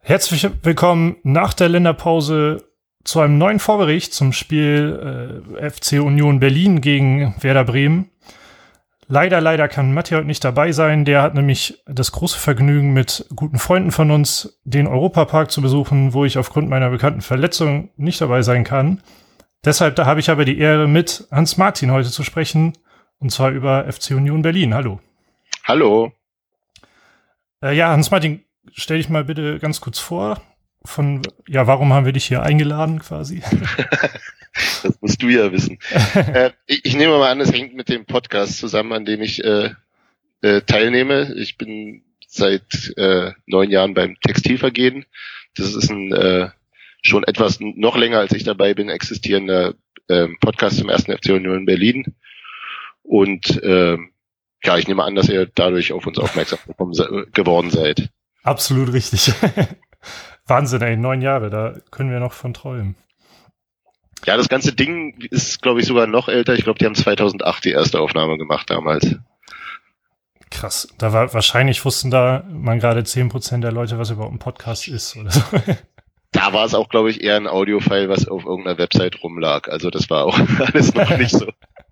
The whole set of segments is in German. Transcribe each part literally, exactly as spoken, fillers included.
Herzlich willkommen nach der Länderpause zu einem neuen Vorbericht zum Spiel äh, F C Union Berlin gegen Werder Bremen. Leider, leider kann Matti heute nicht dabei sein. Der hat nämlich das große Vergnügen, mit guten Freunden von uns den Europapark zu besuchen, wo ich aufgrund meiner bekannten Verletzung nicht dabei sein kann. Deshalb da habe ich aber die Ehre, mit Hans-Martin heute zu sprechen, und zwar über F C Union Berlin. Hallo. Hallo. Äh, ja, Hans-Martin, stell dich mal bitte ganz kurz vor. Von, ja, warum haben wir dich hier eingeladen quasi? Das musst du ja wissen. äh, ich, ich nehme mal an, es hängt mit dem Podcast zusammen, an dem ich äh, äh, teilnehme. Ich bin seit äh, neun Jahren beim Textilvergehen. Das ist ein äh, schon etwas noch länger, als ich dabei bin, existierender äh, Podcast zum ersten F C Union Berlin. Und äh, ja, ich nehme an, dass ihr dadurch auf uns aufmerksam geworden seid. Absolut richtig. Wahnsinn, ey, neun Jahre, da können wir noch von träumen. Ja, das ganze Ding ist, glaube ich, sogar noch älter. Ich glaube, die haben zweitausendacht die erste Aufnahme gemacht damals. Krass, da war wahrscheinlich wussten da man gerade zehn Prozent der Leute, was überhaupt ein Podcast ist oder so. Da war es auch, glaube ich, eher ein Audiofile, was auf irgendeiner Website rumlag. Also das war auch alles noch nicht so.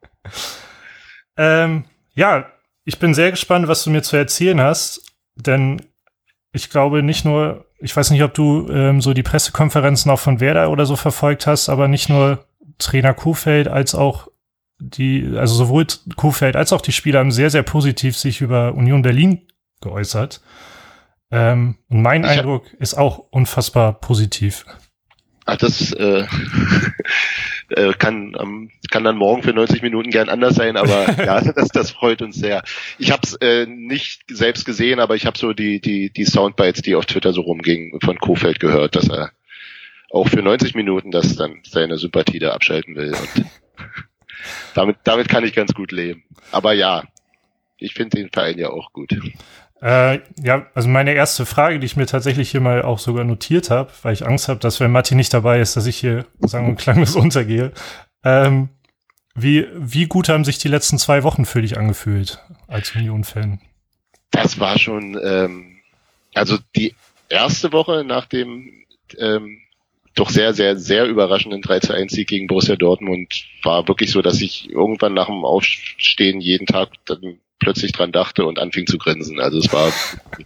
ähm, ja, ich bin sehr gespannt, was du mir zu erzählen hast, denn ich glaube nicht nur, ich weiß nicht, ob du ähm, so die Pressekonferenzen auch von Werder oder so verfolgt hast, aber nicht nur Trainer Kohfeldt als auch die, also sowohl Kohfeldt als auch die Spieler haben sehr, sehr positiv sich über Union Berlin geäußert. Ähm, und mein ich Eindruck hab, ist auch unfassbar positiv. Ach, das äh, kann ähm, kann dann morgen für neunzig Minuten gern anders sein, aber ja, das das freut uns sehr. Ich habe es äh, nicht selbst gesehen, aber ich habe so die die die Soundbites, die auf Twitter so rumgingen, von Kohfeldt gehört, dass er auch für neunzig Minuten das dann seine Sympathie da abschalten will. Und damit damit kann ich ganz gut leben. Aber ja, ich finde den Verein ja auch gut. Äh, ja, also meine erste Frage, die ich mir tatsächlich hier mal auch sogar notiert habe, weil ich Angst habe, dass wenn Matti nicht dabei ist, dass ich hier sang- und klanglos untergehe. Ähm, wie, wie gut haben sich die letzten zwei Wochen für dich angefühlt als Union-Fan? Das war schon, ähm, also die erste Woche nach dem ähm, doch sehr, sehr, sehr überraschenden drei zu eins Sieg gegen Borussia Dortmund war wirklich so, dass ich irgendwann nach dem Aufstehen jeden Tag dann plötzlich dran dachte und anfing zu grinsen. Also es war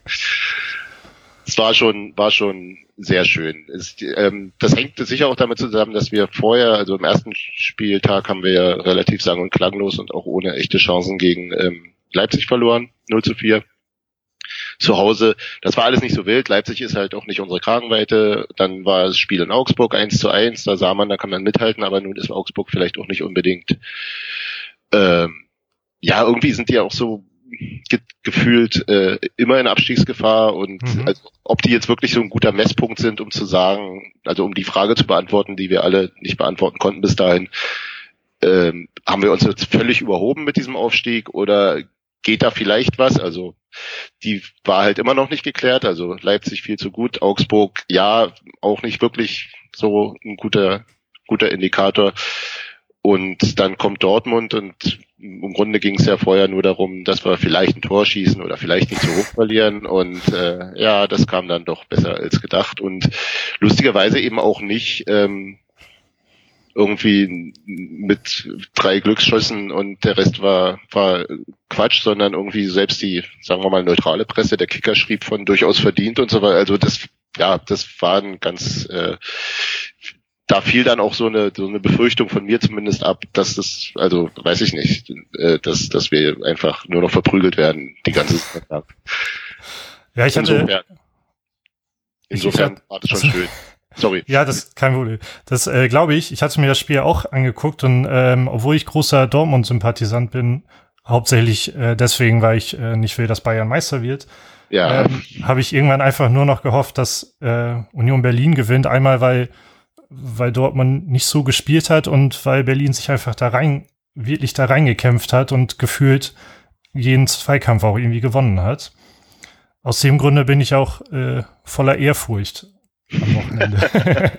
es war schon war schon sehr schön. Es, ähm, das hängt sicher auch damit zusammen, dass wir vorher, also im ersten Spieltag haben wir ja relativ sang- und klanglos und auch ohne echte Chancen gegen ähm, Leipzig verloren, null zu vier. Zu Hause, das war alles nicht so wild. Leipzig ist halt auch nicht unsere Kragenweite. Dann war das Spiel in Augsburg eins zu eins, da sah man, da kann man mithalten, aber nun ist Augsburg vielleicht auch nicht unbedingt ähm, ja, irgendwie sind die ja auch so ge- gefühlt äh, immer in Abstiegsgefahr und mhm. also, ob die jetzt wirklich so ein guter Messpunkt sind, um zu sagen, also um die Frage zu beantworten, die wir alle nicht beantworten konnten bis dahin, ähm, haben wir uns jetzt völlig überhoben mit diesem Aufstieg oder geht da vielleicht was? Also die war halt immer noch nicht geklärt, also Leipzig viel zu gut, Augsburg ja, auch nicht wirklich so ein guter guter Indikator. Und dann kommt Dortmund und im Grunde ging es ja vorher nur darum, dass wir vielleicht ein Tor schießen oder vielleicht nicht so hoch verlieren und äh, ja, das kam dann doch besser als gedacht und lustigerweise eben auch nicht ähm, irgendwie mit drei Glücksschüssen und der Rest war war Quatsch, sondern irgendwie selbst die, sagen wir mal, neutrale Presse, der Kicker schrieb von durchaus verdient und so weiter. Also das, ja, das war ein ganz äh, da fiel dann auch so eine so eine Befürchtung von mir zumindest ab, dass das, also weiß ich nicht, äh, dass dass wir einfach nur noch verprügelt werden die ganze Zeit. Ja, ich hatte insofern, insofern ich, war das schon schön. Sorry. Ja, das ist kein Problem. Das äh, glaube ich. Ich hatte mir das Spiel auch angeguckt und ähm, obwohl ich großer Dortmund-Sympathisant bin, hauptsächlich äh, deswegen, weil ich äh, nicht will, dass Bayern Meister wird, ja. ähm, habe ich irgendwann einfach nur noch gehofft, dass äh, Union Berlin gewinnt. Einmal, weil weil Dortmund nicht so gespielt hat und weil Berlin sich einfach da rein, wirklich da reingekämpft hat und gefühlt jeden Zweikampf auch irgendwie gewonnen hat. Aus dem Grunde bin ich auch äh, voller Ehrfurcht am Wochenende.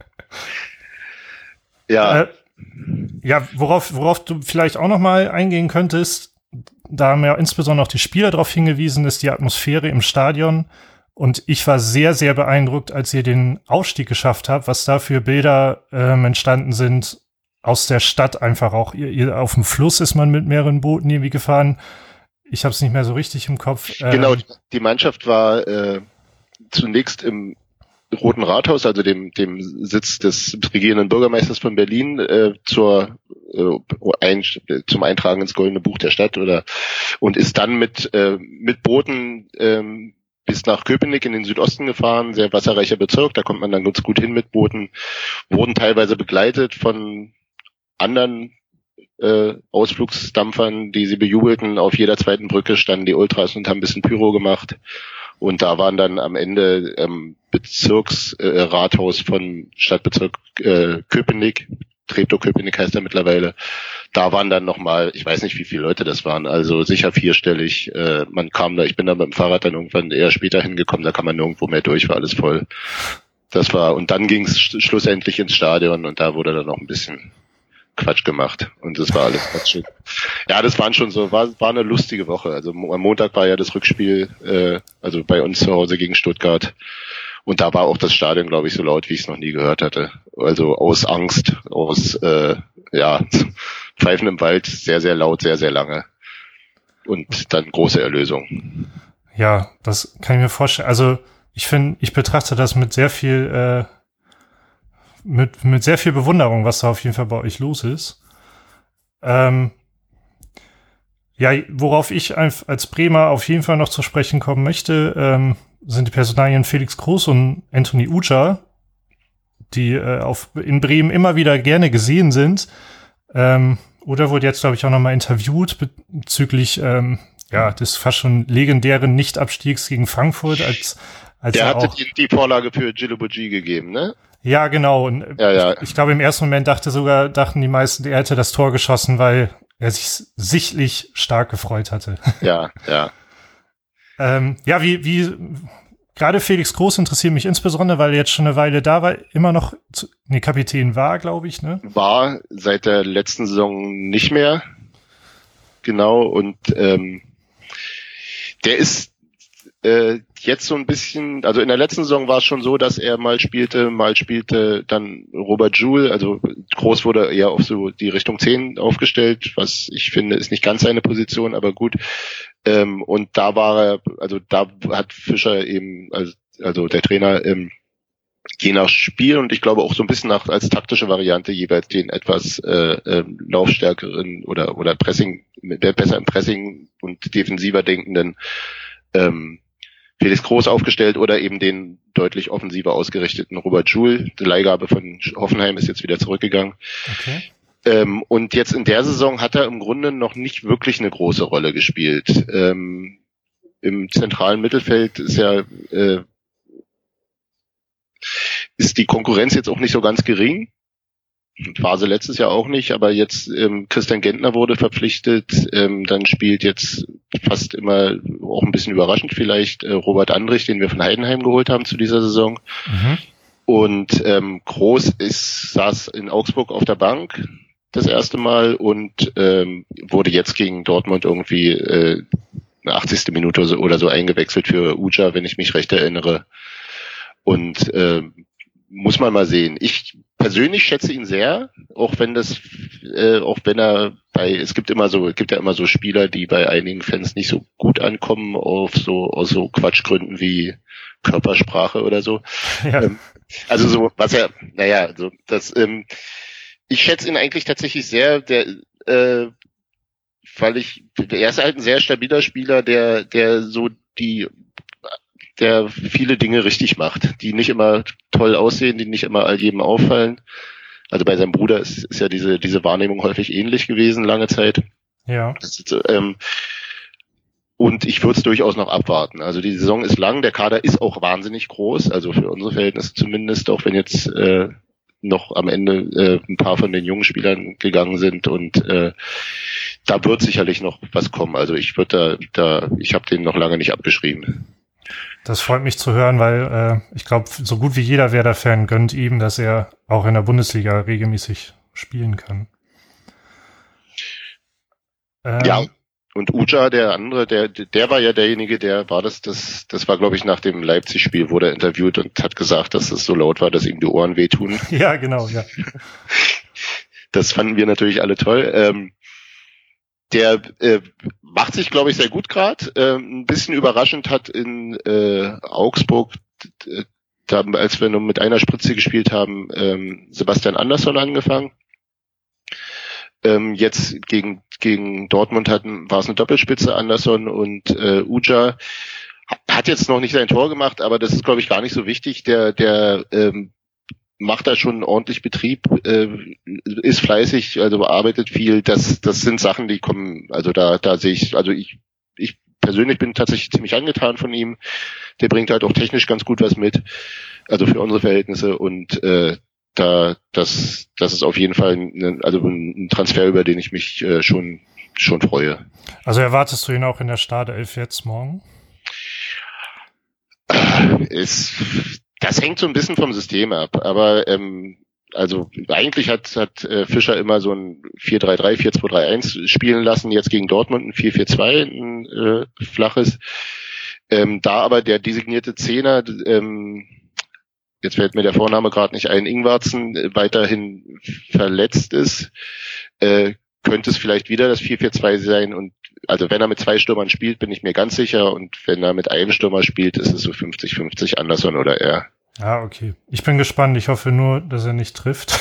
Ja. Äh, ja, worauf, worauf du vielleicht auch noch mal eingehen könntest, da haben ja insbesondere auch die Spieler darauf hingewiesen, ist die Atmosphäre im Stadion Und ich war sehr, sehr beeindruckt, als ihr den Aufstieg geschafft habt, was da für Bilder ähm, entstanden sind aus der Stadt einfach auch. Ihr, ihr, auf dem Fluss ist man mit mehreren Booten irgendwie gefahren. Ich habe es nicht mehr so richtig im Kopf. Genau, ähm, die Mannschaft war äh, zunächst im Roten Rathaus, also dem dem Sitz des regierenden Bürgermeisters von Berlin, äh, zur äh, ein, zum Eintragen ins Goldene Buch der Stadt oder und ist dann mit äh, mit Booten ähm, bis nach Köpenick in den Südosten gefahren, sehr wasserreicher Bezirk, da kommt man dann ganz gut hin mit Booten, wurden teilweise begleitet von anderen äh, Ausflugsdampfern, die sie bejubelten. Auf jeder zweiten Brücke standen die Ultras und haben ein bisschen Pyro gemacht. Und da waren dann am Ende ähm, Bezirksrathaus äh, von Stadtbezirk äh, Köpenick, Treptow-Köpenick heißt er mittlerweile. Da waren dann nochmal, ich weiß nicht, wie viele Leute das waren, also sicher vierstellig. Äh, man kam da, ich bin da mit dem Fahrrad dann irgendwann eher später hingekommen, da kam man nirgendwo mehr durch, war alles voll. Das war, und dann ging es sch- schlussendlich ins Stadion und da wurde dann noch ein bisschen Quatsch gemacht und das war alles Quatsch. Ja, das waren schon so, war, war eine lustige Woche. Also am Montag war ja das Rückspiel, äh, also bei uns zu Hause gegen Stuttgart und da war auch das Stadion, glaube ich, so laut, wie ich es noch nie gehört hatte. Also aus Angst, aus äh, ja Pfeifen im Wald, sehr, sehr laut, sehr, sehr lange und dann große Erlösung. Ja, das kann ich mir vorstellen. Also ich finde, ich betrachte das mit sehr viel äh, mit mit sehr viel Bewunderung, was da auf jeden Fall bei euch los ist. Ähm, ja, worauf ich als Bremer auf jeden Fall noch zu sprechen kommen möchte, ähm, sind die Personalien Felix Groß und Anthony Ujah, die äh, auf, in Bremen immer wieder gerne gesehen sind. Ähm, oder wurde jetzt, glaube ich, auch nochmal interviewt bezüglich ähm, ja, des fast schon legendären Nichtabstiegs gegen Frankfurt. Als, als Der er hatte auch, die, die Vorlage für Djilobodji gegeben, ne? Ja, genau. Und Ja, ja. Ich, ich glaube, im ersten Moment dachte sogar, dachten die meisten, er hätte das Tor geschossen, weil er sich sichtlich stark gefreut hatte. Ja, ja. ähm, ja, wie, wie, gerade Felix Groß interessiert mich insbesondere, weil er jetzt schon eine Weile da war, immer noch, zu, nee, Kapitän war, glaube ich, ne? War seit der letzten Saison nicht mehr. Genau, und ähm, der ist äh, jetzt so ein bisschen, also in der letzten Saison war es schon so, dass er mal spielte, mal spielte dann Robert Joule, also Groß wurde eher auf so die Richtung zehn aufgestellt, was ich finde, ist nicht ganz seine Position, aber gut. Ähm, und da war er, also da hat Fischer eben, also, also der Trainer, ähm, je nach Spiel und ich glaube auch so ein bisschen nach als taktische Variante jeweils den etwas äh, äh, laufstärkeren oder oder Pressing, besser im Pressing und defensiver denkenden ähm, Felix Groß aufgestellt oder eben den deutlich offensiver ausgerichteten Robert Joule. Die Leihgabe von Hoffenheim ist jetzt wieder zurückgegangen. Okay. Ähm, und jetzt in der Saison hat er im Grunde noch nicht wirklich eine große Rolle gespielt. Ähm, im zentralen Mittelfeld ist ja äh, ist die Konkurrenz jetzt auch nicht so ganz gering. War sie letztes Jahr auch nicht, aber jetzt ähm, Christian Gentner wurde verpflichtet, ähm, dann spielt jetzt fast immer, auch ein bisschen überraschend vielleicht, äh, Robert Andrich, den wir von Heidenheim geholt haben zu dieser Saison. Mhm. Und ähm, Groß ist, saß in Augsburg auf der Bank das erste Mal und ähm, wurde jetzt gegen Dortmund irgendwie äh, eine achtzigste Minute oder so, oder so eingewechselt für Ujah, wenn ich mich recht erinnere. Und äh, muss man mal sehen. Ich persönlich schätze ihn sehr, auch wenn das, äh, auch wenn er bei, es gibt immer so, es gibt ja immer so Spieler, die bei einigen Fans nicht so gut ankommen, auf so, aus so Quatschgründen wie Körpersprache oder so. Ja. Ähm, also so, was er, naja, so, das, ähm, ich schätze ihn eigentlich tatsächlich sehr, der, äh, weil ich, er ist halt ein sehr stabiler Spieler, der, der so die, der viele Dinge richtig macht, die nicht immer toll aussehen, die nicht immer all jedem auffallen. Also bei seinem Bruder ist, ist ja diese diese Wahrnehmung häufig ähnlich gewesen, lange Zeit. Ja. Das ist, ähm, und ich würde es durchaus noch abwarten. Also die Saison ist lang, der Kader ist auch wahnsinnig groß, also für unsere Verhältnisse zumindest, auch wenn jetzt äh, noch am Ende äh, ein paar von den jungen Spielern gegangen sind und äh, da wird sicherlich noch was kommen. Also ich würde da, da, ich habe den noch lange nicht abgeschrieben. Das freut mich zu hören, weil äh, ich glaube, so gut wie jeder Werder-Fan gönnt ihm, dass er auch in der Bundesliga regelmäßig spielen kann. Ähm, ja, und Uja, der andere, der, der war ja derjenige, der war das, das, das war, glaube ich, nach dem Leipzig-Spiel, wurde er interviewt und hat gesagt, dass es so laut war, dass ihm die Ohren wehtun. Ja, genau, ja. Das fanden wir natürlich alle toll. Ähm, der äh, macht sich, glaube ich, sehr gut gerade. Ähm, ein bisschen überraschend hat in äh, Augsburg, äh, da, als wir nur mit einer Spritze gespielt haben, ähm, Sebastian Andersson angefangen. Ähm, jetzt gegen gegen Dortmund hatten, war es eine Doppelspitze, Andersson und äh, Uja. Hat jetzt noch nicht sein Tor gemacht, aber das ist, glaube ich, gar nicht so wichtig. Der der ähm, macht da schon ordentlich Betrieb, äh, ist fleißig, also arbeitet viel. Das das sind Sachen, die kommen. Also da da sehe ich, also ich ich persönlich bin tatsächlich ziemlich angetan von ihm. Der bringt halt auch technisch ganz gut was mit, also für unsere Verhältnisse und äh, da das das ist auf jeden Fall ein, also ein Transfer, über den ich mich äh, schon schon freue. Also erwartest du ihn auch in der Startelf jetzt morgen? Ist, das hängt so ein bisschen vom System ab, aber ähm, also eigentlich hat hat äh, Fischer immer so ein vier drei drei, vier zwei drei eins spielen lassen, jetzt gegen Dortmund ein vier vier zwei, ein äh, flaches. Ähm, da aber der designierte Zehner, ähm, jetzt fällt mir der Vorname gerade nicht ein, Ingwarzen äh, weiterhin verletzt ist, äh, könnte es vielleicht wieder das vier vier zwei sein und also wenn er mit zwei Stürmern spielt, bin ich mir ganz sicher und wenn er mit einem Stürmer spielt, ist es so fünfzig fünfzig Andersson oder er. Ah, okay. Ich bin gespannt. Ich hoffe nur, dass er nicht trifft.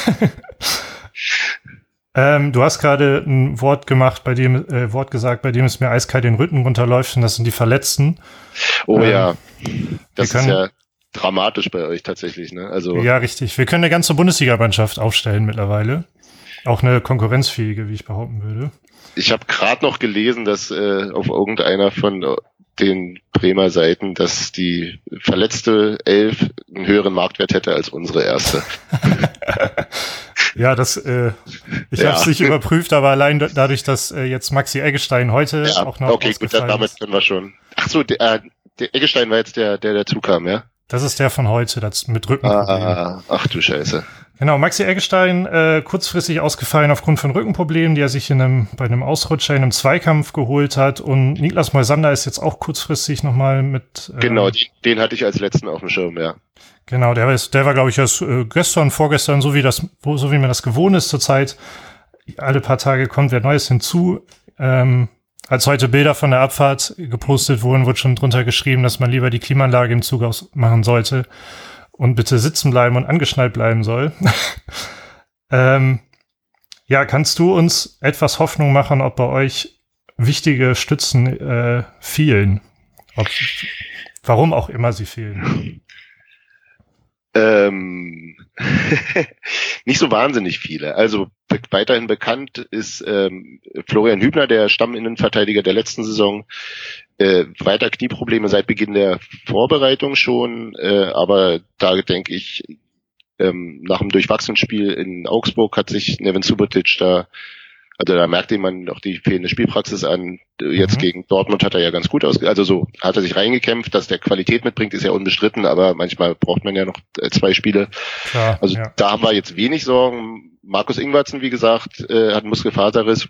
ähm, du hast gerade ein Wort gemacht, bei dem äh, Wort gesagt, bei dem es mir eiskalt den Rücken runterläuft und das sind die Verletzten. Oh ähm, ja, das können, ist ja dramatisch bei euch tatsächlich, ne? Also ja, richtig. Wir können eine ganze Bundesliga-Mannschaft aufstellen mittlerweile. Auch eine konkurrenzfähige, wie ich behaupten würde. Ich habe gerade noch gelesen, dass äh, auf irgendeiner von den Bremer Seiten, dass die verletzte Elf einen höheren Marktwert hätte als unsere erste. Ja, das, äh, ich ja. habe es nicht überprüft, aber allein da- dadurch, dass äh, jetzt Maxi Eggestein heute ja, auch noch okay, gut, dann, damit können wir schon. Ach so, der, äh, der Eggestein war jetzt der, der dazu kam, ja? Das ist der von heute, das mit Rückenproblemen. Ah, ach du Scheiße. Genau, Maxi Eggestein äh, kurzfristig ausgefallen aufgrund von Rückenproblemen, die er sich in einem, bei einem Ausrutscher in einem Zweikampf geholt hat. Und Niklas Moisander ist jetzt auch kurzfristig nochmal mit... Äh, genau, den, den hatte ich als letzten auf dem Schirm, ja. Genau, der, ist, der war, glaube ich, erst äh, gestern, vorgestern, so wie, das, wo, so wie man das gewohnt ist zurzeit. Alle paar Tage kommt wer Neues hinzu. Ähm, als heute Bilder von der Abfahrt gepostet wurden, wurde schon drunter geschrieben, dass man lieber die Klimaanlage im Zug ausmachen sollte und bitte sitzen bleiben und angeschnallt bleiben soll. ähm, ja, kannst du uns etwas Hoffnung machen, ob bei euch wichtige Stützen äh, fehlen? Ob, warum auch immer sie fehlen? Ähm, nicht so wahnsinnig viele. Also be- weiterhin bekannt ist ähm, Florian Hübner, der Stamminnenverteidiger der letzten Saison. Äh, weiter Knieprobleme seit Beginn der Vorbereitung schon, äh, aber da denke ich, ähm, nach dem durchwachsenen Spiel in Augsburg hat sich Neven Subotic da, also da merkte man doch die fehlende Spielpraxis an. Jetzt mhm. gegen Dortmund hat er ja ganz gut ausge, also so hat er sich reingekämpft, dass der Qualität mitbringt, ist ja unbestritten, aber manchmal braucht man ja noch zwei Spiele. Klar, also ja. Da haben wir jetzt wenig Sorgen. Markus Ingwarzen, wie gesagt, äh, hat einen Muskelfaserriss.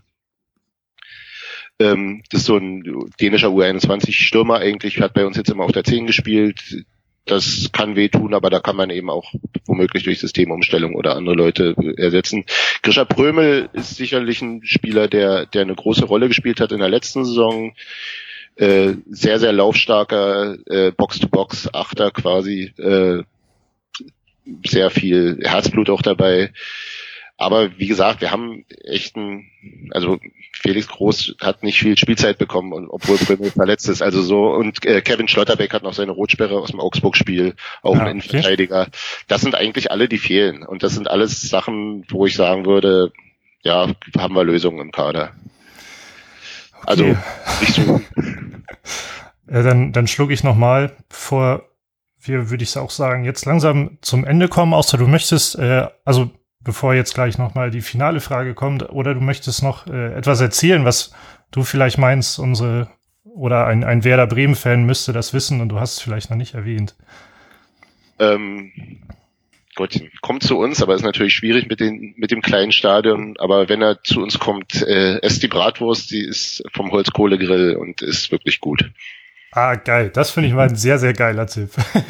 Ähm, das ist so ein dänischer U einundzwanzig-Stürmer eigentlich, hat bei uns jetzt immer auf der zehn gespielt. Das kann wehtun, aber da kann man eben auch womöglich durch Systemumstellung oder andere Leute ersetzen. Grisha Prömel ist sicherlich ein Spieler, der der eine große Rolle gespielt hat in der letzten Saison. Äh, sehr, sehr laufstarker äh, Box-to-Box-Achter quasi. Äh, sehr viel Herzblut auch dabei. Aber wie gesagt, wir haben echt einen, also Felix Groß hat nicht viel Spielzeit bekommen, obwohl Brümmel verletzt ist. Also so, und äh, Kevin Schlotterbeck hat noch seine Rotsperre aus dem Augsburg-Spiel, auch ja, ein Innenverteidiger. Das sind eigentlich alle, die fehlen. Und das sind alles Sachen, wo ich sagen würde, ja, haben wir Lösungen im Kader. Okay. Also nicht so. äh, dann dann schlug ich nochmal, bevor wir, würde ich auch sagen, jetzt langsam zum Ende kommen, außer du möchtest, äh, also bevor jetzt gleich nochmal die finale Frage kommt, oder du möchtest noch äh, etwas erzählen, was du vielleicht meinst, unsere oder ein, ein Werder Bremen-Fan müsste das wissen und du hast es vielleicht noch nicht erwähnt. Ähm, Gottchen, kommt zu uns, aber ist natürlich schwierig mit den mit dem kleinen Stadion. Aber wenn er zu uns kommt, äh, esst die Bratwurst, die ist vom Holzkohlegrill und ist wirklich gut. Ah, geil. Das finde ich mal ein sehr, sehr geiler Tipp.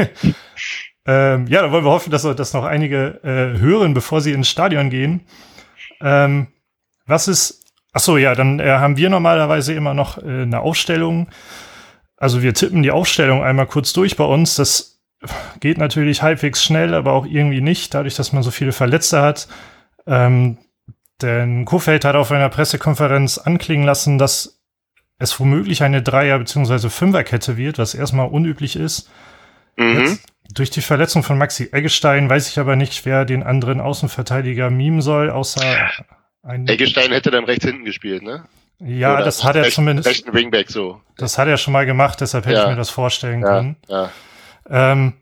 ähm, ja, dann wollen wir hoffen, dass das noch einige äh, hören, bevor sie ins Stadion gehen. Ähm, was ist, ach so, ja, dann äh, haben wir normalerweise immer noch äh, eine Aufstellung. Also wir tippen die Aufstellung einmal kurz durch bei uns. Das geht natürlich halbwegs schnell, aber auch irgendwie nicht, dadurch, dass man so viele Verletzte hat. Ähm, denn Kohfeldt hat auf einer Pressekonferenz anklingen lassen, dass es womöglich eine Dreier- bzw. Fünferkette wird, was erstmal unüblich ist. Mhm. Jetzt, durch die Verletzung von Maxi Eggestein weiß ich aber nicht, wer den anderen Außenverteidiger mimen soll, außer ein... Eggestein hätte dann rechts hinten gespielt, ne? Ja, Oder das hat er rechten, zumindest... Rechten Wingback, so. Das hat er schon mal gemacht, deshalb hätte ja. ich mir das vorstellen ja, können. Ja. Ähm,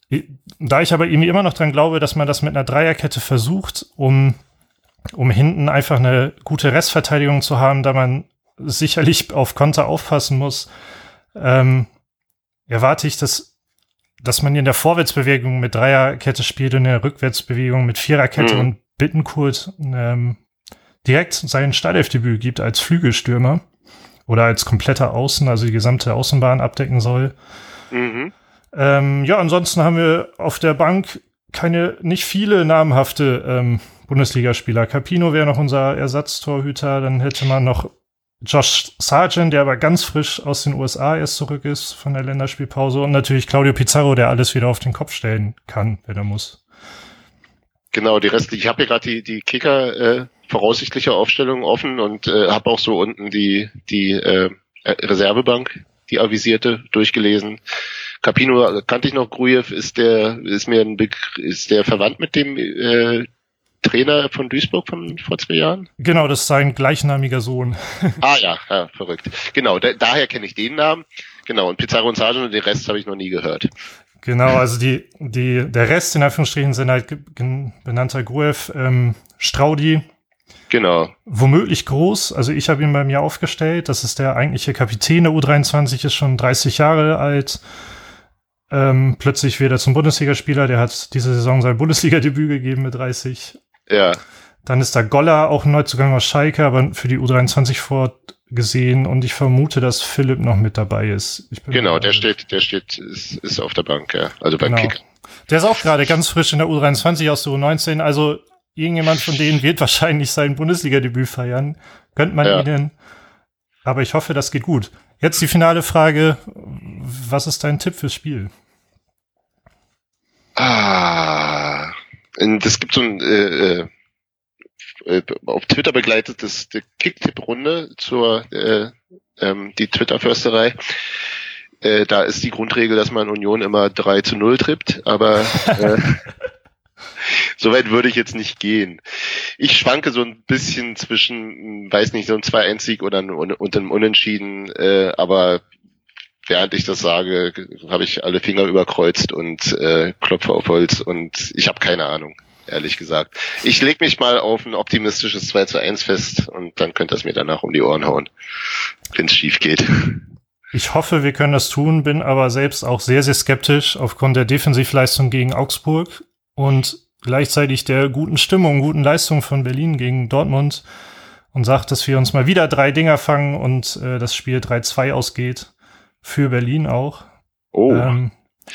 da ich aber irgendwie immer noch dran glaube, dass man das mit einer Dreierkette versucht, um, um hinten einfach eine gute Restverteidigung zu haben, da man sicherlich auf Konter aufpassen muss, ähm, erwarte ich, dass, dass man in der Vorwärtsbewegung mit Dreierkette spielt und in der Rückwärtsbewegung mit Viererkette mhm. und Bittenkurt ähm, direkt sein Startelfdebüt gibt als Flügelstürmer oder als kompletter Außen, also die gesamte Außenbahn abdecken soll. Mhm. Ähm, ja, ansonsten haben wir auf der Bank keine, nicht viele namhafte ähm, Bundesligaspieler. Capino wäre noch unser Ersatztorhüter, dann hätte man noch Josh Sargent, der aber ganz frisch aus den U S A erst zurück ist von der Länderspielpause und natürlich Claudio Pizarro, der alles wieder auf den Kopf stellen kann, wenn er muss. Genau, die restlichen, ich habe hier gerade die, die Kicker äh, voraussichtliche Aufstellung offen und äh, habe auch so unten die, die äh, Reservebank, die avisierte, durchgelesen. Capino kannte ich noch, Grujew ist der, ist mir ein Begriff, ist der verwandt mit dem äh, Trainer von Duisburg von vor zwei Jahren? Genau, das ist sein gleichnamiger Sohn. Ah ja, ja, verrückt. Genau, da, daher kenne ich den Namen. Genau, und Pizarro und Sargent und den Rest habe ich noch nie gehört. Genau, also die, die, der Rest in Anführungsstrichen sind halt ge- benannter Gruev, ähm, Straudi. Genau. Womöglich Groß, also ich habe ihn bei mir aufgestellt. Das ist der eigentliche Kapitän der U dreiundzwanzig, ist schon dreißig Jahre alt. Ähm, plötzlich wird er zum Bundesligaspieler, der hat diese Saison sein Bundesliga-Debüt gegeben mit dreißig. Ja. Dann ist da Goller, auch ein Neuzugang aus Schalke, aber für die U dreiundzwanzig vorgesehen. Und ich vermute, dass Philipp noch mit dabei ist. Ich bin genau, der steht, der steht, ist, ist auf der Bank, ja. Also beim genau. Kicker. Der ist auch gerade ganz frisch in der U dreiundzwanzig aus der U neunzehn. Also irgendjemand von denen wird wahrscheinlich sein Bundesliga-Debüt feiern. Gönnt man ja. ihnen. Aber ich hoffe, das geht gut. Jetzt die finale Frage. Was ist dein Tipp fürs Spiel? Ah, das gibt so ein äh, äh, auf Twitter begleitetes Kick-Tipp-Runde zur äh, ähm, die Twitter-Försterei. Äh, da ist die Grundregel, dass man Union immer drei zu null trippt, aber äh, so weit würde ich jetzt nicht gehen. Ich schwanke so ein bisschen zwischen, weiß nicht, so ein zwei eins Sieg oder ein, und einem Unentschieden, äh, aber während ich das sage, habe ich alle Finger überkreuzt und äh, klopfe auf Holz und ich habe keine Ahnung, ehrlich gesagt. Ich leg mich mal auf ein optimistisches zwei zu eins fest und dann könnt ihr es mir danach um die Ohren hauen, wenn es schief geht. Ich hoffe, wir können das tun, bin aber selbst auch sehr, sehr skeptisch aufgrund der Defensivleistung gegen Augsburg und gleichzeitig der guten Stimmung, guten Leistung von Berlin gegen Dortmund und sagt, dass wir uns mal wieder drei Dinger fangen und äh, das Spiel drei zwei ausgeht. Für Berlin auch. Oh. Ähm,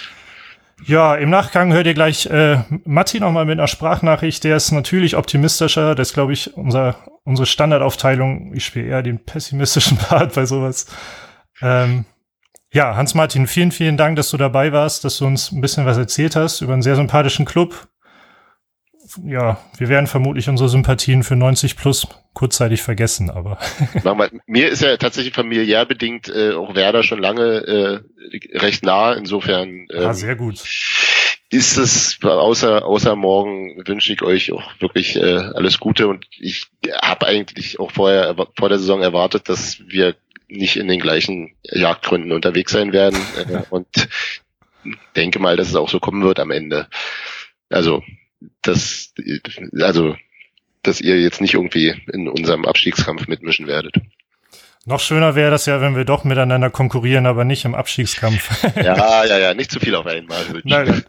ja, im Nachgang hört ihr gleich äh, Matti nochmal mit einer Sprachnachricht. Der ist natürlich optimistischer. Das ist, glaube ich, unser, unsere Standardaufteilung. Ich spiele eher den pessimistischen Part bei sowas. Ähm, ja, Hans-Martin, vielen, vielen Dank, dass du dabei warst, dass du uns ein bisschen was erzählt hast über einen sehr sympathischen Club. Ja, wir werden vermutlich unsere Sympathien für neunzig plus kurzzeitig vergessen, aber mir ist ja tatsächlich familiär bedingt äh, auch Werder schon lange äh, recht nah, insofern ähm, ah, sehr gut. Ist es, außer außer morgen wünsche ich euch auch wirklich äh, alles Gute und ich habe eigentlich auch vorher vor der Saison erwartet, dass wir nicht in den gleichen Jagdgründen unterwegs sein werden äh, und denke mal, dass es auch so kommen wird am Ende. Also dass, also, dass ihr jetzt nicht irgendwie in unserem Abstiegskampf mitmischen werdet. Noch schöner wäre das ja, wenn wir doch miteinander konkurrieren, aber nicht im Abstiegskampf. Ja, ja, ja, nicht zu viel auf einmal. Nein, nein.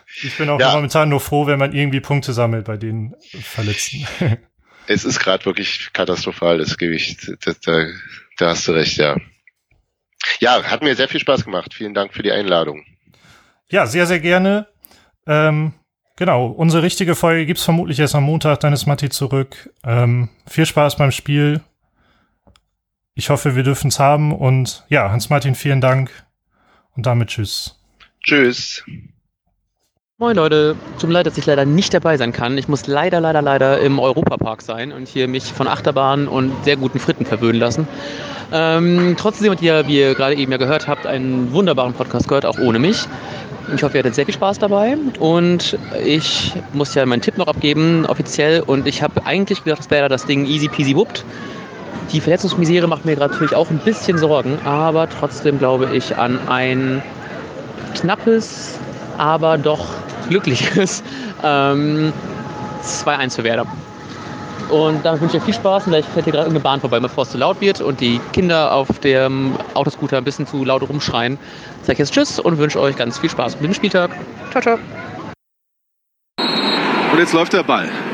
Ich bin auch ja. momentan nur froh, wenn man irgendwie Punkte sammelt bei den Verletzten. Es ist gerade wirklich katastrophal, das gebe ich, da, da, da hast du recht, ja. Ja, hat mir sehr viel Spaß gemacht. Vielen Dank für die Einladung. Ja, sehr, sehr gerne. Ähm, genau, unsere richtige Folge gibt's vermutlich erst am Montag, dann ist Matti zurück. Ähm, viel Spaß beim Spiel. Ich hoffe, wir dürfen es haben. Und ja, Hans-Martin, vielen Dank. Und damit tschüss. Tschüss. Moin Leute, tut mir leid, dass ich leider nicht dabei sein kann. Ich muss leider, leider, leider im Europapark sein und hier mich von Achterbahnen und sehr guten Fritten verwöhnen lassen. Ähm, trotzdem habt ihr, wie ihr gerade eben ja gehört habt, einen wunderbaren Podcast gehört, auch ohne mich. Ich hoffe, ihr hattet sehr viel Spaß dabei. Und ich muss ja meinen Tipp noch abgeben, offiziell. Und ich habe eigentlich gedacht, das wäre das Ding easy peasy wuppt. Die Verletzungsmisere macht mir gerade natürlich auch ein bisschen Sorgen, aber trotzdem glaube ich an ein knappes, aber doch glückliches ähm, zwei eins für Werder. Und damit wünsche ich euch viel Spaß. Und gleich fährt hier gerade irgendeine Bahn vorbei, bevor es zu laut wird und die Kinder auf dem Autoscooter ein bisschen zu laut rumschreien. Sag ich jetzt Tschüss und wünsche euch ganz viel Spaß mit dem Spieltag. Ciao, ciao. Und jetzt läuft der Ball.